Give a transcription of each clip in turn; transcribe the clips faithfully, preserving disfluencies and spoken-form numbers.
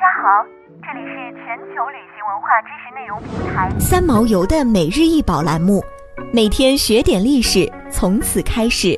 家好，这里是全球旅行文化知识内容平台三毛游的每日一宝栏目，每天学点历史，从此开始。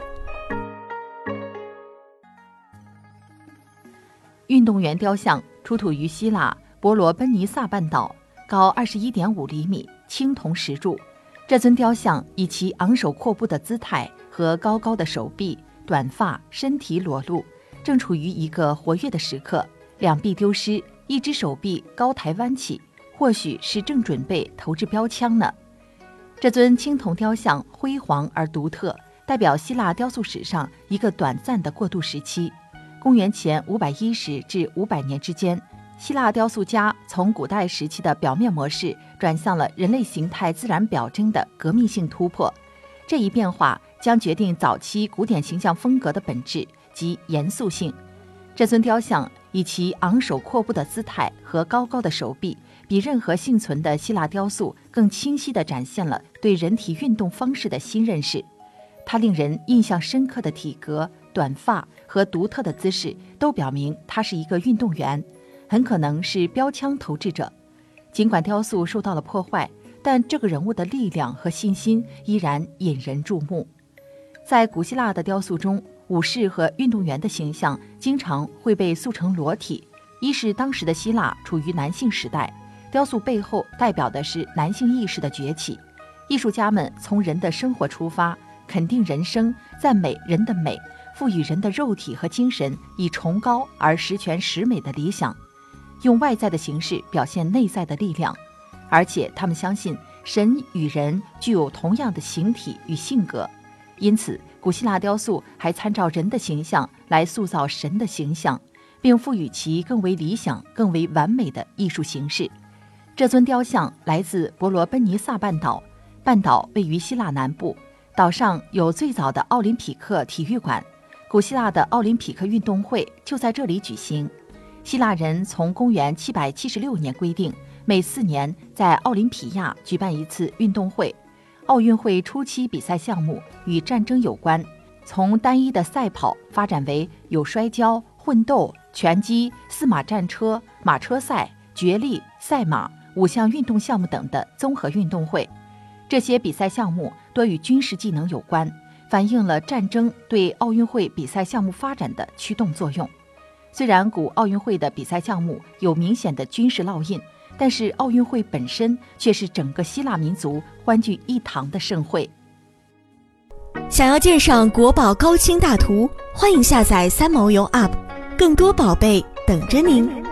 运动员雕像出土于希腊伯罗奔尼撒半岛，高 二十一点五厘米，青铜石柱。这尊雕像以其昂首阔步的姿态和高高的手臂、短发、身体裸露，正处于一个活跃的时刻，两臂丢失，一只手臂高抬弯起，或许是正准备投掷标枪呢。这尊青铜雕像辉煌而独特，代表希腊雕塑史上一个短暂的过渡时期。公元前五百一十至五百年之间，希腊雕塑家从古代时期的表面模式转向了人类形态自然表征的革命性突破。这一变化将决定早期古典形象风格的本质及严肃性。这尊雕像以其昂首阔步的姿态和高高的手臂，比任何幸存的希腊雕塑更清晰地展现了对人体运动方式的新认识。它令人印象深刻的体格、短发和独特的姿势都表明他是一个运动员，很可能是标枪投掷者。尽管雕塑受到了破坏，但这个人物的力量和信心依然引人注目。在古希腊的雕塑中，武士和运动员的形象经常会被塑成裸体，一是当时的希腊处于男性时代，雕塑背后代表的是男性意识的崛起。艺术家们从人的生活出发，肯定人生，赞美人的美，赋予人的肉体和精神以崇高而十全十美的理想，用外在的形式表现内在的力量。而且他们相信神与人具有同样的形体与性格，因此古希腊雕塑还参照人的形象来塑造神的形象，并赋予其更为理想、更为完美的艺术形式。这尊雕像来自伯罗奔尼撒半岛，半岛位于希腊南部，岛上有最早的奥林匹克体育馆，古希腊的奥林匹克运动会就在这里举行。希腊人从公元七百七十六年规定，每四年在奥林匹亚举办一次运动会。奥运会初期比赛项目与战争有关，从单一的赛跑发展为有摔跤、混斗、拳击、四马战车、马车赛、角力、赛马、五项运动项目等的综合运动会。这些比赛项目多与军事技能有关，反映了战争对奥运会比赛项目发展的驱动作用。虽然古奥运会的比赛项目有明显的军事烙印，但是奥运会本身却是整个希腊民族欢聚一堂的盛会。 想要鉴赏国宝高清大图，欢迎下载三毛游 App， 更多宝贝等着您。